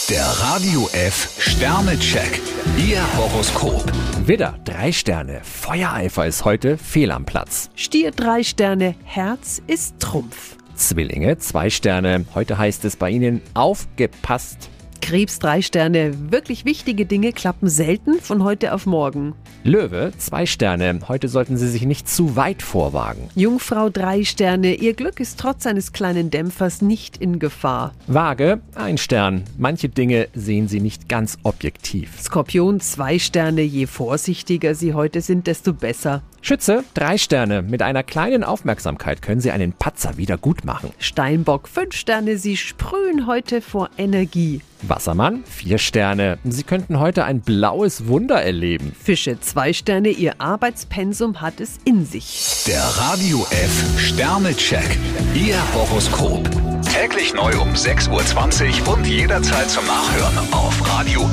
Der Radio F Sternecheck. Ihr Horoskop. Widder, 3 Sterne. Feuereifer ist heute fehl am Platz. Stier 3 Sterne, Herz ist Trumpf. Zwillinge, 2 Sterne. Heute heißt es bei Ihnen aufgepasst. Krebs 3 Sterne, wirklich wichtige Dinge klappen selten von heute auf morgen. Löwe, 2 Sterne. Heute sollten Sie sich nicht zu weit vorwagen. Jungfrau 3 Sterne, ihr Glück ist trotz eines kleinen Dämpfers nicht in Gefahr. Waage, 1 Stern. Manche Dinge sehen Sie nicht ganz objektiv. Skorpion 2 Sterne, je vorsichtiger Sie heute sind, desto besser. Schütze, 3 Sterne. Mit einer kleinen Aufmerksamkeit können Sie einen Patzer wieder gut machen. Steinbock 5 Sterne, Sie sprühen heute vor Energie. Wassermann, 4 Sterne. Sie könnten heute ein blaues Wunder erleben. Fische 2 Sterne, Ihr Arbeitspensum hat es in sich. Der Radio F Sternecheck. Ihr Horoskop. Täglich neu um 6:20 Uhr und jederzeit zum Nachhören auf Radio